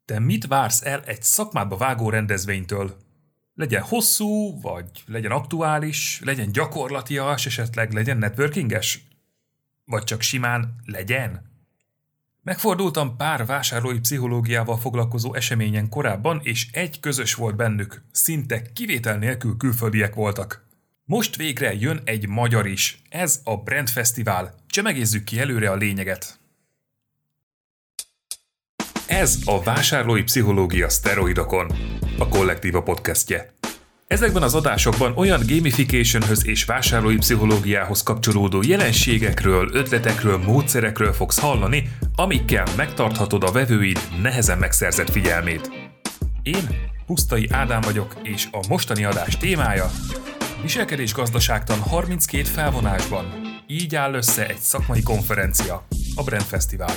Te mit vársz el egy szakmádba vágó rendezvénytől? Legyen hosszú, vagy legyen aktuális, legyen gyakorlatias, esetleg legyen networkinges? Vagy csak simán legyen? Megfordultam pár vásárlói pszichológiával foglalkozó eseményen korábban, és egy közös volt bennük, szinte kivétel nélkül külföldiek voltak. Most végre jön egy magyar is, ez a Brand Fesztivál. Csemegézzük ki előre a lényeget. Ez a Vásárlói Pszichológia szteroidokon, a Kollektíva podcastje. Ezekben az adásokban olyan gamificationhöz és vásárlói pszichológiához kapcsolódó jelenségekről, ötletekről, módszerekről fogsz hallani, amikkel megtarthatod a vevőid nehezen megszerzett figyelmét. Én Pusztai Ádám vagyok, és a mostani adás témája viselkedésgazdaságtan 32 felvonásban. Így áll össze egy szakmai konferencia, a Brand Fesztivál.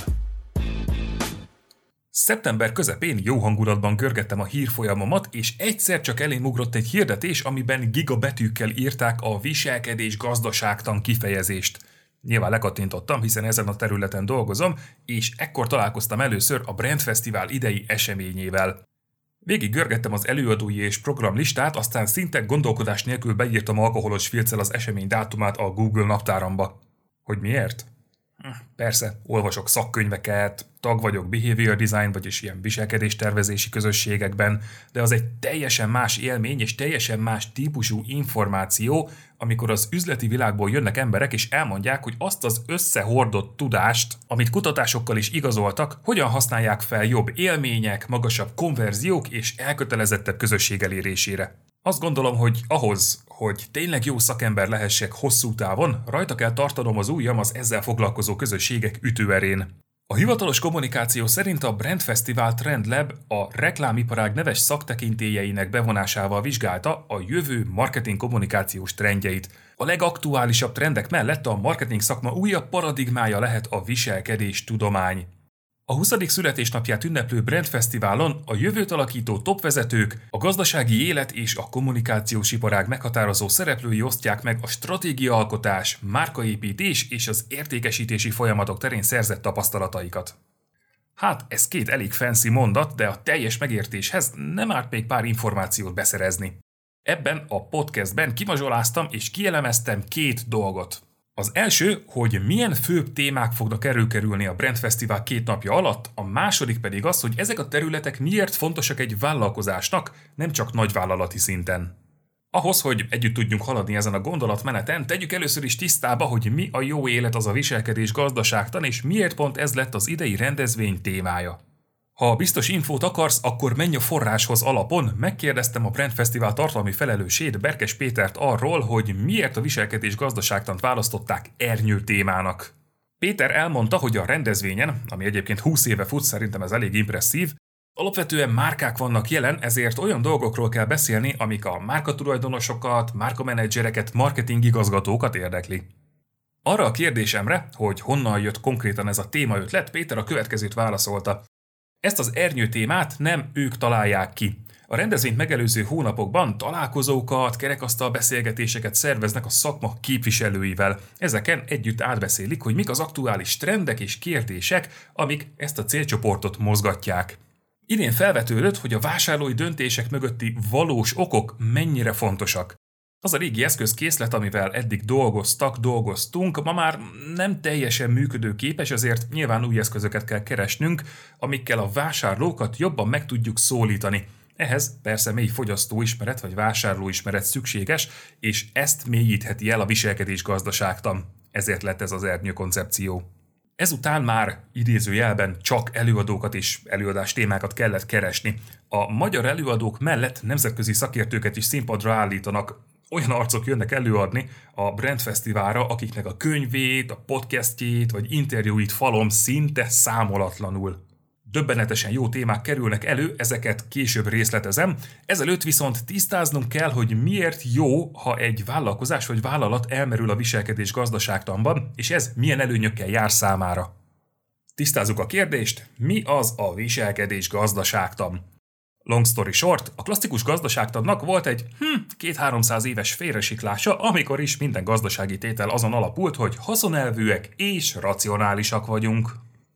Szeptember közepén jó hangulatban görgettem a hírfolyamomat, és egyszer csak elém ugrott egy hirdetés, amiben gigabetűkkel írták a viselkedésgazdaságtan kifejezést. Nyilván lekattintottam, hiszen ezen a területen dolgozom, és ekkor találkoztam először a Brand Fesztivál idei eseményével. Végig görgettem az előadói és programlistát, aztán szinte gondolkodás nélkül beírtam alkoholos filccel az esemény dátumát a Google naptáramba. Hogy miért? Persze, olvasok szakkönyveket, tag vagyok behavior design, vagyis ilyen viselkedéstervezési közösségekben, de az egy teljesen más élmény és teljesen más típusú információ, amikor az üzleti világból jönnek emberek és elmondják, hogy azt az összehordott tudást, amit kutatásokkal is igazoltak, hogyan használják fel jobb élmények, magasabb konverziók és elkötelezettebb közösség elérésére. Azt gondolom, hogy ahhoz, hogy tényleg jó szakember lehessek hosszú távon, rajta kell tartanom az ujjam az ezzel foglalkozó közösségek ütőerén. A hivatalos kommunikáció szerint a Brand Festival Trend Lab a reklámiparág neves szaktekintélyeinek bevonásával vizsgálta a jövő marketing kommunikációs trendjeit. A legaktuálisabb trendek mellett a marketing szakma újabb paradigmája lehet a viselkedés tudomány. A 20. születésnapját ünneplő Brand Fesztiválon a jövőt alakító topvezetők, a gazdasági élet és a kommunikációs iparág meghatározó szereplői osztják meg a stratégiaalkotás, márkaépítés és az értékesítési folyamatok terén szerzett tapasztalataikat. Hát, ez két elég fancy mondat, de a teljes megértéshez nem árt még pár információt beszerezni. Ebben a podcastben kimazsoláztam és kielemeztem két dolgot. Az első, hogy milyen főbb témák fognak előkerülni a Brand Fesztivál 2 napja alatt, a második pedig az, hogy ezek a területek miért fontosak egy vállalkozásnak, nem csak nagyvállalati szinten. Ahhoz, hogy együtt tudjunk haladni ezen a gondolatmeneten, tegyük először is tisztába, hogy mi a jó élet az a viselkedés gazdaságtan, és miért pont ez lett az idei rendezvény témája. Ha biztos infót akarsz, akkor menj a forráshoz alapon. Megkérdeztem a Brand Fesztivál tartalmi felelősét, Berkes Pétert arról, hogy miért a viselkedés gazdaságtant választották ernyő témának. Péter elmondta, hogy a rendezvényen, ami egyébként 20 éve fut, szerintem ez elég impresszív, alapvetően márkák vannak jelen, ezért olyan dolgokról kell beszélni, amik a márkatulajdonosokat, márkamenedzsereket, marketingigazgatókat érdekli. Arra a kérdésemre, hogy honnan jött konkrétan ez a témaötlet, Péter a következőt válaszolta. Ezt az ernyő témát nem ők találják ki. A rendezvényt megelőző hónapokban találkozókat, kerekasztal beszélgetéseket szerveznek a szakma képviselőivel. Ezeken együtt átbeszélik, hogy mik az aktuális trendek és kérdések, amik ezt a célcsoportot mozgatják. Idén felvetődött, hogy a vásárlói döntések mögötti valós okok mennyire fontosak. Az a régi eszközkészlet, amivel eddig dolgoztunk, ma már nem teljesen működőképes, ezért nyilván új eszközöket kell keresnünk, amikkel a vásárlókat jobban meg tudjuk szólítani. Ehhez persze mély fogyasztóismeret vagy vásárlóismeret szükséges, és ezt mélyítheti el a viselkedés gazdaságtan. Ezért lett ez az ernyő koncepció. Ezután már idézőjelben csak előadókat és előadás témákat kellett keresni. A magyar előadók mellett nemzetközi szakértőket is színpadra állítanak. Olyan arcok jönnek előadni a Brand Fesztiválra, akiknek a könyvét, a podcastjét vagy interjúit falom szinte számolatlanul. Döbbenetesen jó témák kerülnek elő, ezeket később részletezem, ezelőtt viszont tisztáznunk kell, hogy miért jó, ha egy vállalkozás vagy vállalat elmerül a viselkedés gazdaságtanban, és ez milyen előnyökkel jár számára. Tisztázzuk a kérdést, mi az a viselkedés gazdaságtan? Long story short, a klasszikus gazdaságtannak volt egy 200-300 éves félresiklása, amikor is minden gazdasági tétel azon alapult, hogy haszonelvűek és racionálisak vagyunk.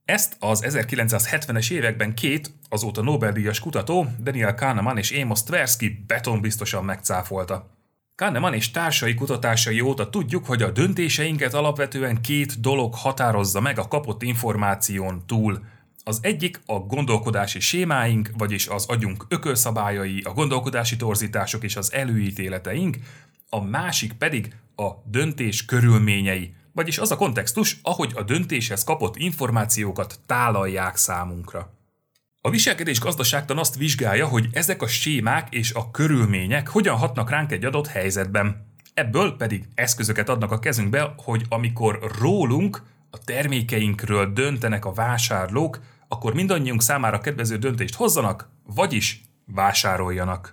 Ezt az 1970-es években két, azóta Nobel-díjas kutató, Daniel Kahneman és Amos Tversky betonbiztosan megcáfolta. Kahneman és társai kutatásai óta tudjuk, hogy a döntéseinket alapvetően két dolog határozza meg a kapott információn túl. Az egyik a gondolkodási sémáink, vagyis az agyunk ökölszabályai, a gondolkodási torzítások és az előítéleteink, a másik pedig a döntés körülményei, vagyis az a kontextus, ahogy a döntéshez kapott információkat tálalják számunkra. A viselkedés gazdaságtan azt vizsgálja, hogy ezek a sémák és a körülmények hogyan hatnak ránk egy adott helyzetben. Ebből pedig eszközöket adnak a kezünkbe, hogy amikor rólunk, a termékeinkről döntenek a vásárlók, akkor mindannyiunk számára kedvező döntést hozzanak, vagyis vásároljanak.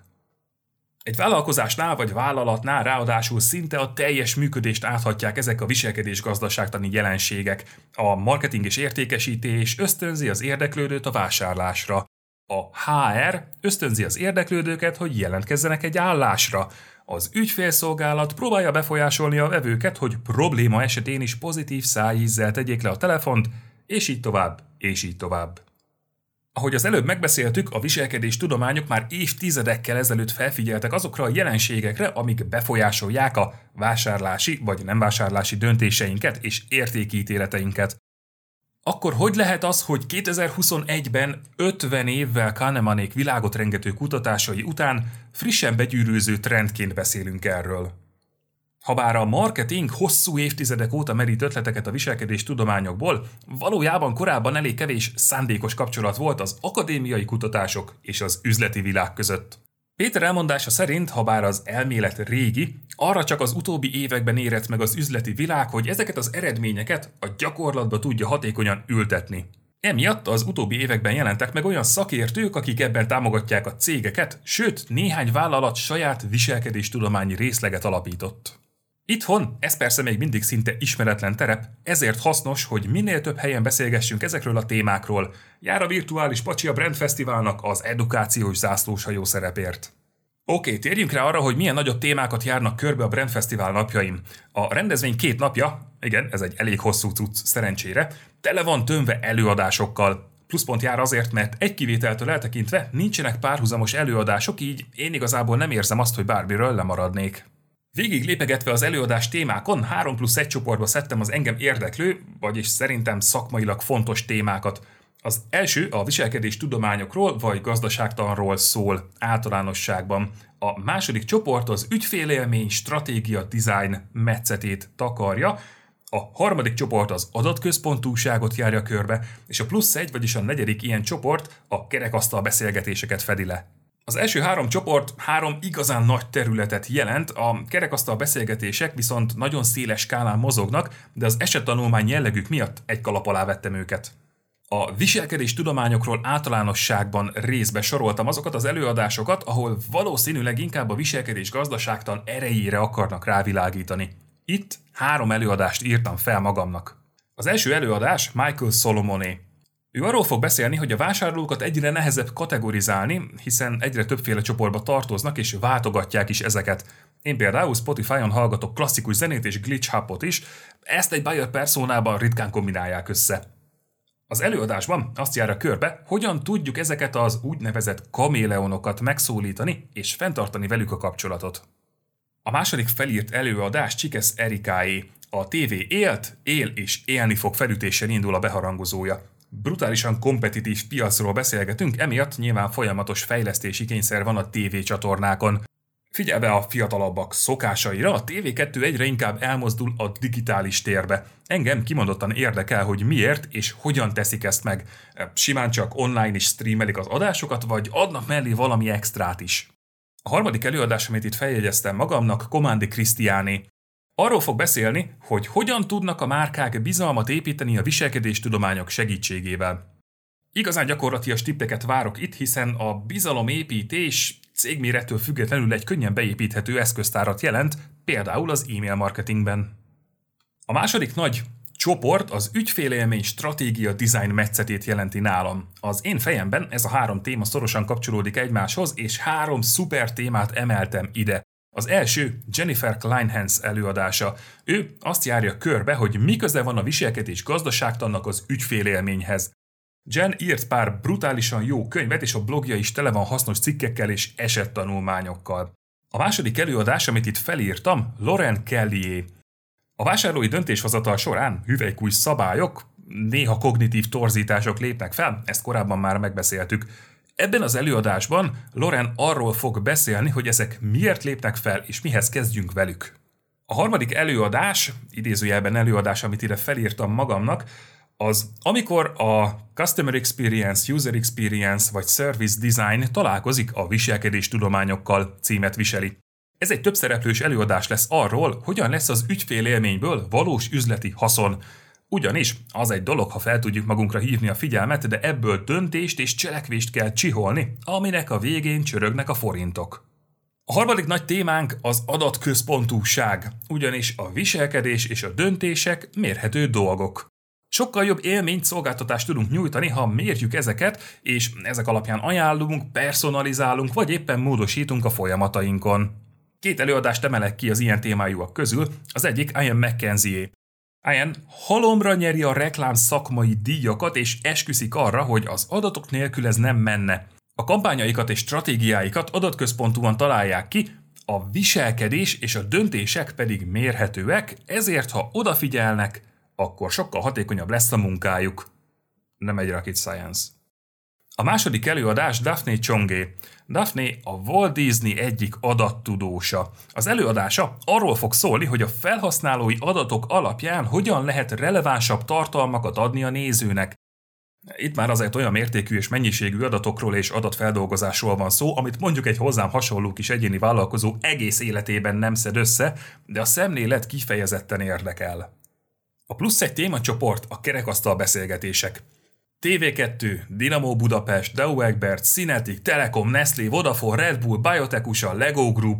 Egy vállalkozásnál vagy vállalatnál ráadásul szinte a teljes működést áthatják ezek a viselkedés gazdaságtani jelenségek. A marketing és értékesítés ösztönzi az érdeklődőt a vásárlásra. A HR ösztönzi az érdeklődőket, hogy jelentkezzenek egy állásra. Az ügyfélszolgálat próbálja befolyásolni a vevőket, hogy probléma esetén is pozitív szájízzel tegyék le a telefont, és így tovább, és így tovább. Ahogy az előbb megbeszéltük, a viselkedés tudományok már évtizedekkel ezelőtt felfigyeltek azokra a jelenségekre, amik befolyásolják a vásárlási vagy nem vásárlási döntéseinket és értékítéleteinket. Akkor hogy lehet az, hogy 2021-ben 50 évvel Kahnemanék világot rengető kutatásai után frissen begyűrűző trendként beszélünk erről? Habár a marketing hosszú évtizedek óta merít ötleteket a viselkedés tudományokból, valójában korábban elég kevés szándékos kapcsolat volt az akadémiai kutatások és az üzleti világ között. Péter elmondása szerint, habár az elmélet régi, arra csak az utóbbi években érett meg az üzleti világ, hogy ezeket az eredményeket a gyakorlatba tudja hatékonyan ültetni. Emiatt az utóbbi években jelentek meg olyan szakértők, akik ebben támogatják a cégeket, sőt, néhány vállalat saját viselkedéstudományi részleget alapított. Itthon ez persze még mindig szinte ismeretlen terep, ezért hasznos, hogy minél több helyen beszélgessünk ezekről a témákról. Jár a virtuális Pacsi a Brand Fesztiválnak az edukációs zászlóshajó szerepért. Oké, térjünk rá arra, hogy milyen nagyobb témákat járnak körbe a Brand Fesztivál napjain. A rendezvény 2 napja, igen, ez egy elég hosszú cucc szerencsére, tele van tömve előadásokkal. Pluszpont jár azért, mert egy kivételtől eltekintve nincsenek párhuzamos előadások, így én igazából nem érzem azt, hogy bármiről lemaradnék. Végig lépegetve az előadás témákon 3+1 csoportba szedtem az engem érdeklő, vagyis szerintem szakmailag fontos témákat. Az első a viselkedés tudományokról vagy gazdaságtanról szól általánosságban. A második csoport az ügyfélélmény, stratégia, design metszetét takarja, a harmadik csoport az adatközpontúságot járja körbe, és a +1, vagyis a negyedik ilyen csoport a kerekasztal beszélgetéseket fedi le. Az első 3 csoport 3 igazán nagy területet jelent, a kerekasztal beszélgetések viszont nagyon széles skálán mozognak, de az esettanulmány jellegük miatt egy kalap alá vettem őket. A viselkedés tudományokról általánosságban részbe soroltam azokat az előadásokat, ahol valószínűleg inkább a viselkedés gazdaságtan erejére akarnak rávilágítani. Itt 3 előadást írtam fel magamnak. Az első előadás Michael Solomoné. Ő arról fog beszélni, hogy a vásárlókat egyre nehezebb kategorizálni, hiszen egyre többféle csoportba tartoznak és váltogatják is ezeket. Én például Spotify-on hallgatok klasszikus zenét és glitch hopot is, ezt egy buyer personában ritkán kombinálják össze. Az előadásban azt járja körbe, hogyan tudjuk ezeket az úgynevezett kaméleonokat megszólítani és fenntartani velük a kapcsolatot. A második felírt előadás Csikesz Erikáé. A tévé élt, él és élni fog felütésen indul a beharangozója. Brutálisan kompetitív piacról beszélgetünk, emiatt nyilván folyamatos fejlesztési kényszer van a tévécsatornákon. Figyelve a fiatalabbak szokásaira, a TV2 egyre inkább elmozdul a digitális térbe. Engem kimondottan érdekel, hogy miért és hogyan teszik ezt meg. Simán csak online is streamelik az adásokat, vagy adnak mellé valami extrát is. A harmadik előadás, amit itt feljegyeztem magamnak, Komándi Krisztiáné. Arról fog beszélni, hogy hogyan tudnak a márkák bizalmat építeni a viselkedéstudományok segítségével. Igazán gyakorlatias tippeket várok itt, hiszen a bizalomépítés cégmérettől függetlenül egy könnyen beépíthető eszköztárat jelent, például az e-mail marketingben. A második nagy csoport az ügyfélélmény, stratégia, design metszetét jelenti nálam. Az én fejemben ez a 3 téma szorosan kapcsolódik egymáshoz, és 3 szuper témát emeltem ide. Az első Jennifer Kleinhans előadása. Ő azt járja körbe, hogy mi köze van a viselkedés gazdaságtannak az ügyfélélményhez. Jen írt pár brutálisan jó könyvet, és a blogja is tele van hasznos cikkekkel és esettanulmányokkal. A második előadás, amit itt felírtam, Lauren Kellyé. A vásárlói döntéshozatal során hüvelykúj szabályok, néha kognitív torzítások lépnek fel, ezt korábban már megbeszéltük. Ebben az előadásban Lauren arról fog beszélni, hogy ezek miért lépnek fel, és mihez kezdjünk velük. A harmadik előadás, idézőjelben előadás, amit ide felírtam magamnak, az amikor a Customer Experience, User Experience vagy Service Design találkozik a viselkedéstudományokkal címet viseli. Ez egy többszereplős előadás lesz arról, hogyan lesz az ügyfélélményből valós üzleti haszon. Ugyanis az egy dolog, ha fel tudjuk magunkra hívni a figyelmet, de ebből döntést és cselekvést kell csiholni, aminek a végén csörögnek a forintok. A harmadik nagy témánk az adatközpontúság, ugyanis a viselkedés és a döntések mérhető dolgok. Sokkal jobb élményt, szolgáltatást tudunk nyújtani, ha mérjük ezeket, és ezek alapján ajánlunk, personalizálunk, vagy éppen módosítunk a folyamatainkon. 2 előadást emelek ki az ilyen témájúak közül, az egyik Ian McKenzie-é. Ian halomra nyeri a reklám szakmai díjakat, és esküszik arra, hogy az adatok nélkül ez nem menne. A kampányaikat és stratégiáikat adatközpontúan találják ki, a viselkedés és a döntések pedig mérhetőek, ezért ha odafigyelnek, akkor sokkal hatékonyabb lesz a munkájuk. Nem egy rocket science. A második előadás Daphne Chongé. Daphne a Walt Disney egyik adattudósa. Az előadása arról fog szólni, hogy a felhasználói adatok alapján hogyan lehet relevánsabb tartalmakat adni a nézőnek. Itt már azért olyan mértékű és mennyiségű adatokról és adatfeldolgozásról van szó, amit mondjuk egy hozzám hasonló kis egyéni vállalkozó egész életében nem szed össze, de a szemlélet kifejezetten érdekel. A plusz egy témacsoport a kerekasztal beszélgetések. TV2, Dinamo Budapest, Deo Egbert, Cinetic, Telekom, Nestlé, Vodafone, Red Bull, Biotech USA, Lego Group,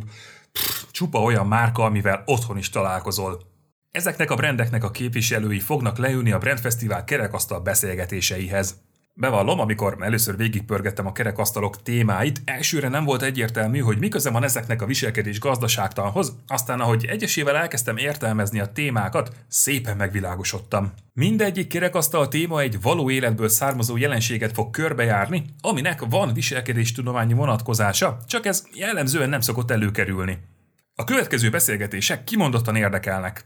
csupa olyan márka, amivel otthon is találkozol. Ezeknek a brandeknek a képviselői fognak leülni a Brandfesztivál kerekasztal beszélgetéseihez. Bevallom, amikor először végigpörgettem a kerekasztalok témáit, elsőre nem volt egyértelmű, hogy mi köze van ezeknek a viselkedés gazdaságtanhoz, aztán ahogy egyesével elkezdtem értelmezni a témákat, szépen megvilágosodtam. Mindegyik kerekasztal téma egy való életből származó jelenséget fog körbejárni, aminek van viselkedéstudományi vonatkozása, csak ez jellemzően nem szokott előkerülni. A következő beszélgetések kimondottan érdekelnek.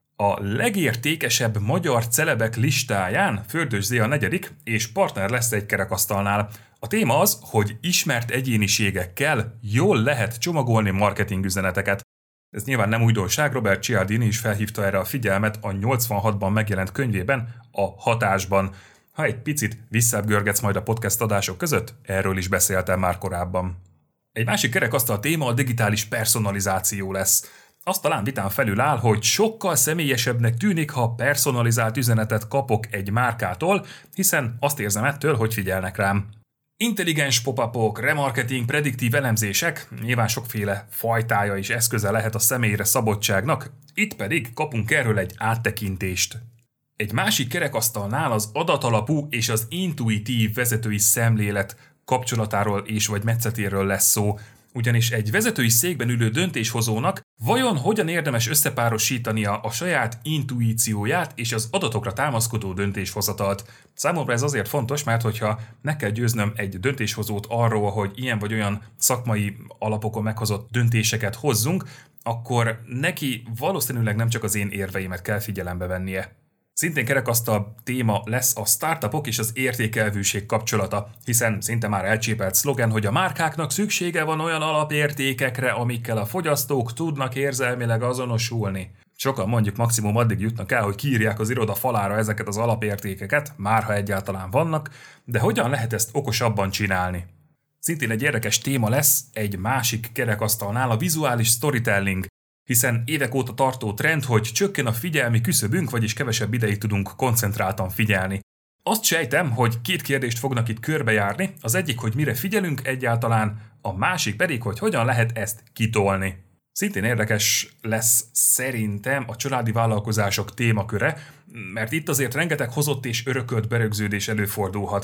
A legértékesebb magyar celebek listáján Földös Zé a 4. és partner lesz egy kerekasztalnál. A téma az, hogy ismert egyéniségekkel jól lehet csomagolni marketing üzeneteket. Ez nyilván nem újdonság, Robert Cialdini is felhívta erre a figyelmet a 86-ban megjelent könyvében, a Hatásban. Ha egy picit visszagörgetsz majd a podcast adások között, erről is beszéltem már korábban. Egy másik kerekasztal téma a digitális personalizáció lesz. Azt talán vitán felül áll, hogy sokkal személyesebbnek tűnik, ha personalizált üzenetet kapok egy márkától, hiszen azt érzem ettől, hogy figyelnek rám. Intelligens pop-upok, remarketing, prediktív elemzések, nyilván sokféle fajtája és eszköze lehet a személyre szabottságnak, itt pedig kapunk erről egy áttekintést. Egy másik kerekasztalnál az adatalapú és az intuitív vezetői szemlélet kapcsolatáról és vagy metszetéről lesz szó, ugyanis egy vezetői székben ülő döntéshozónak vajon hogyan érdemes összepárosítania a saját intuícióját és az adatokra támaszkodó döntéshozatalt. Számomra ez azért fontos, mert hogyha meg kell győznöm egy döntéshozót arról, hogy ilyen vagy olyan szakmai alapokon meghozott döntéseket hozzunk, akkor neki valószínűleg nem csak az én érveimet kell figyelembe vennie. Szintén kerekasztal téma lesz a startupok és az értékelvűség kapcsolata, hiszen szinte már elcsépelt szlogen, hogy a márkáknak szüksége van olyan alapértékekre, amikkel a fogyasztók tudnak érzelmileg azonosulni. Sokan mondjuk maximum addig jutnak el, hogy kiírják az iroda falára ezeket az alapértékeket, már ha egyáltalán vannak, de hogyan lehet ezt okosabban csinálni? Szintén egy érdekes téma lesz egy másik kerekasztalnál a vizuális storytelling, hiszen évek óta tartó trend, hogy csökken a figyelmi küszöbünk, vagyis kevesebb ideig tudunk koncentráltan figyelni. Azt sejtem, hogy 2 kérdést fognak itt körbejárni, az egyik, hogy mire figyelünk egyáltalán, a másik pedig, hogy hogyan lehet ezt kitolni. Szintén érdekes lesz szerintem a családi vállalkozások témaköre, mert itt azért rengeteg hozott és örökölt berögződés előfordulhat.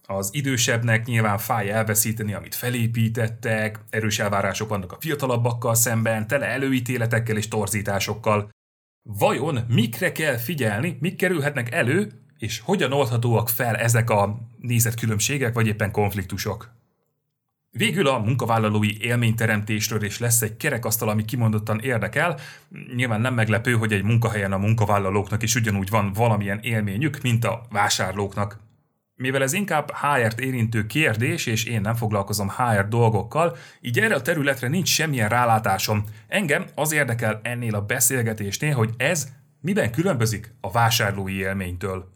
Az idősebbnek nyilván fáj elveszíteni, amit felépítettek, erős elvárások vannak a fiatalabbakkal szemben, tele előítéletekkel és torzításokkal. Vajon mikre kell figyelni, mik kerülhetnek elő, és hogyan oldhatóak fel ezek a nézetkülönbségek vagy éppen konfliktusok? Végül a munkavállalói élményteremtésről is lesz egy kerekasztal, ami kimondottan érdekel. Nyilván nem meglepő, hogy egy munkahelyen a munkavállalóknak is ugyanúgy van valamilyen élményük, mint a vásárlóknak. Mivel ez inkább HR-t érintő kérdés, és én nem foglalkozom HR dolgokkal, így erre a területre nincs semmilyen rálátásom. Engem az érdekel ennél a beszélgetésnél, hogy ez miben különbözik a vásárlói élménytől.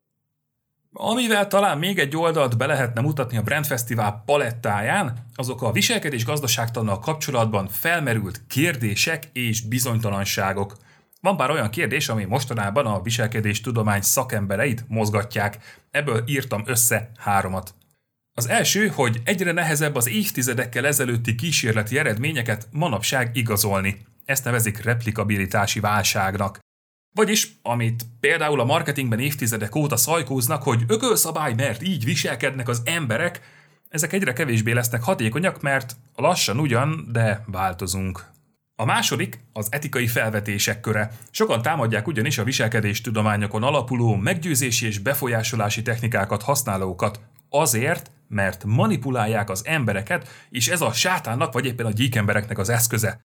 Amivel talán még egy oldalt be lehetne mutatni a Brand Fesztivál palettáján, azok a viselkedés gazdaságtannal kapcsolatban felmerült kérdések és bizonytalanságok. Van pár olyan kérdés, ami mostanában a viselkedéstudomány szakembereit mozgatják. Ebből írtam össze 3. Az első, hogy egyre nehezebb az évtizedekkel ezelőtti kísérleti eredményeket manapság igazolni. Ezt nevezik replikabilitási válságnak. Vagyis, amit például a marketingben évtizedek óta szajkóznak, hogy ökölszabály, mert így viselkednek az emberek, ezek egyre kevésbé lesznek hatékonyak, mert lassan ugyan, de változunk. A második az etikai felvetések köre. Sokan támadják ugyanis a viselkedéstudományokon alapuló meggyőzési és befolyásolási technikákat használókat azért, mert manipulálják az embereket, és ez a sátánnak vagy éppen a gyíkembereknek az eszköze.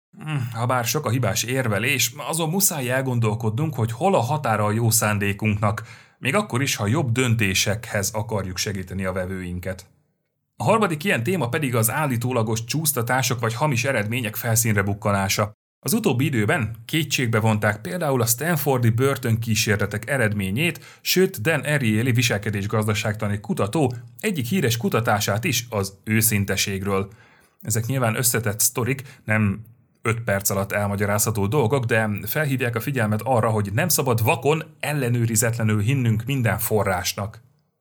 Habár sok a hibás érvelés, azon muszáj elgondolkodnunk, hogy hol a határa a jó szándékunknak, még akkor is, ha jobb döntésekhez akarjuk segíteni a vevőinket. A harmadik ilyen téma pedig az állítólagos csúsztatások vagy hamis eredmények felszínre bukkanása. Az utóbbi időben kétségbe vonták például a Stanfordi börtönkísérletek eredményét, sőt Dan Ariely viselkedésgazdaságtani kutató egyik híres kutatását is az őszinteségről. Ezek nyilván összetett sztorik, nem 5 perc alatt elmagyarázható dolgok, de felhívják a figyelmet arra, hogy nem szabad vakon, ellenőrizetlenül hinnünk minden forrásnak.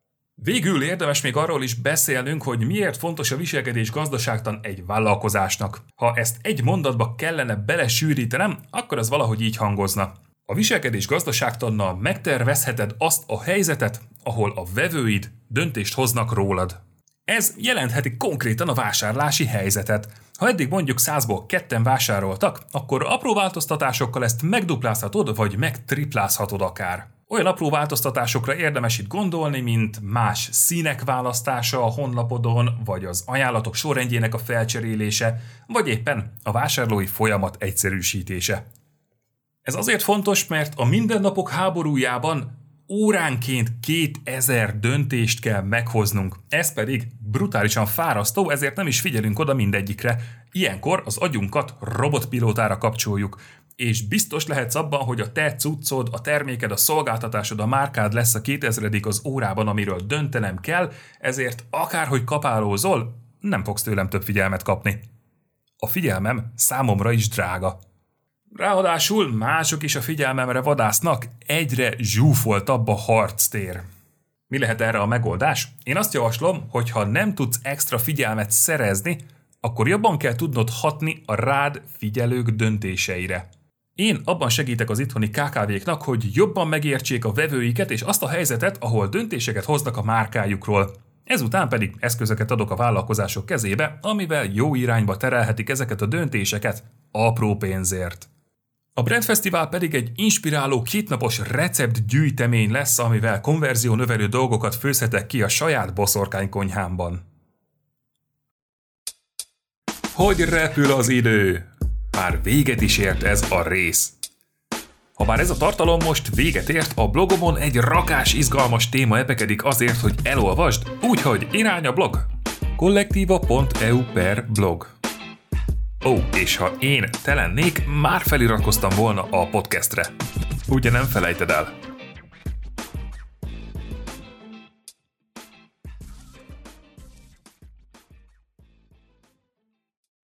Végül érdemes még arról is beszélnünk, hogy miért fontos a viselkedés gazdaságtan egy vállalkozásnak. Ha ezt egy mondatba kellene belesűrítenem, akkor ez valahogy így hangozna. A viselkedés gazdaságtannal megtervezheted azt a helyzetet, ahol a vevőid döntést hoznak rólad. Ez jelentheti konkrétan a vásárlási helyzetet. Ha eddig mondjuk 100-ból 2-en vásároltak, akkor apró változtatásokkal ezt megduplázhatod, vagy megtriplázhatod akár. Olyan apró változtatásokra érdemes itt gondolni, mint más színek választása a honlapodon, vagy az ajánlatok sorrendjének a felcserélése, vagy éppen a vásárlói folyamat egyszerűsítése. Ez azért fontos, mert a mindennapok háborújában óránként 2000 döntést kell meghoznunk. Ez pedig brutálisan fárasztó, ezért nem is figyelünk oda mindegyikre. Ilyenkor az agyunkat robotpilótára kapcsoljuk. És biztos lehetsz abban, hogy a te cuccod, a terméked, a szolgáltatásod, a márkád lesz a 2000. az órában, amiről döntenem kell, ezért akárhogy kapálózol, nem fogsz tőlem több figyelmet kapni. A figyelmem számomra is drága. Ráadásul mások is a figyelmemre vadásznak, egyre zsúfoltabb a harctér. Mi lehet erre a megoldás? Én azt javaslom, hogy ha nem tudsz extra figyelmet szerezni, akkor jobban kell tudnod hatni a rád figyelők döntéseire. Én abban segítek az itthoni KKV-knak, hogy jobban megértsék a vevőiket és azt a helyzetet, ahol döntéseket hoznak a márkájukról. Ezután pedig eszközöket adok a vállalkozások kezébe, amivel jó irányba terelhetik ezeket a döntéseket apró pénzért. A Brand Fesztivál pedig egy inspiráló 2 napos receptgyűjtemény lesz, amivel konverziónövelő dolgokat főzhetek ki a saját boszorkánykonyhámban. Hogy repül az idő? Már véget is ért ez a rész. Habár ez a tartalom most véget ért, a blogomon egy rakás izgalmas téma epekedik azért, hogy elolvasd, úgyhogy irány a blog! kollektiva.eu/blog. És ha én te lennék, már feliratkoztam volna a podcastre. Ugye nem felejted el?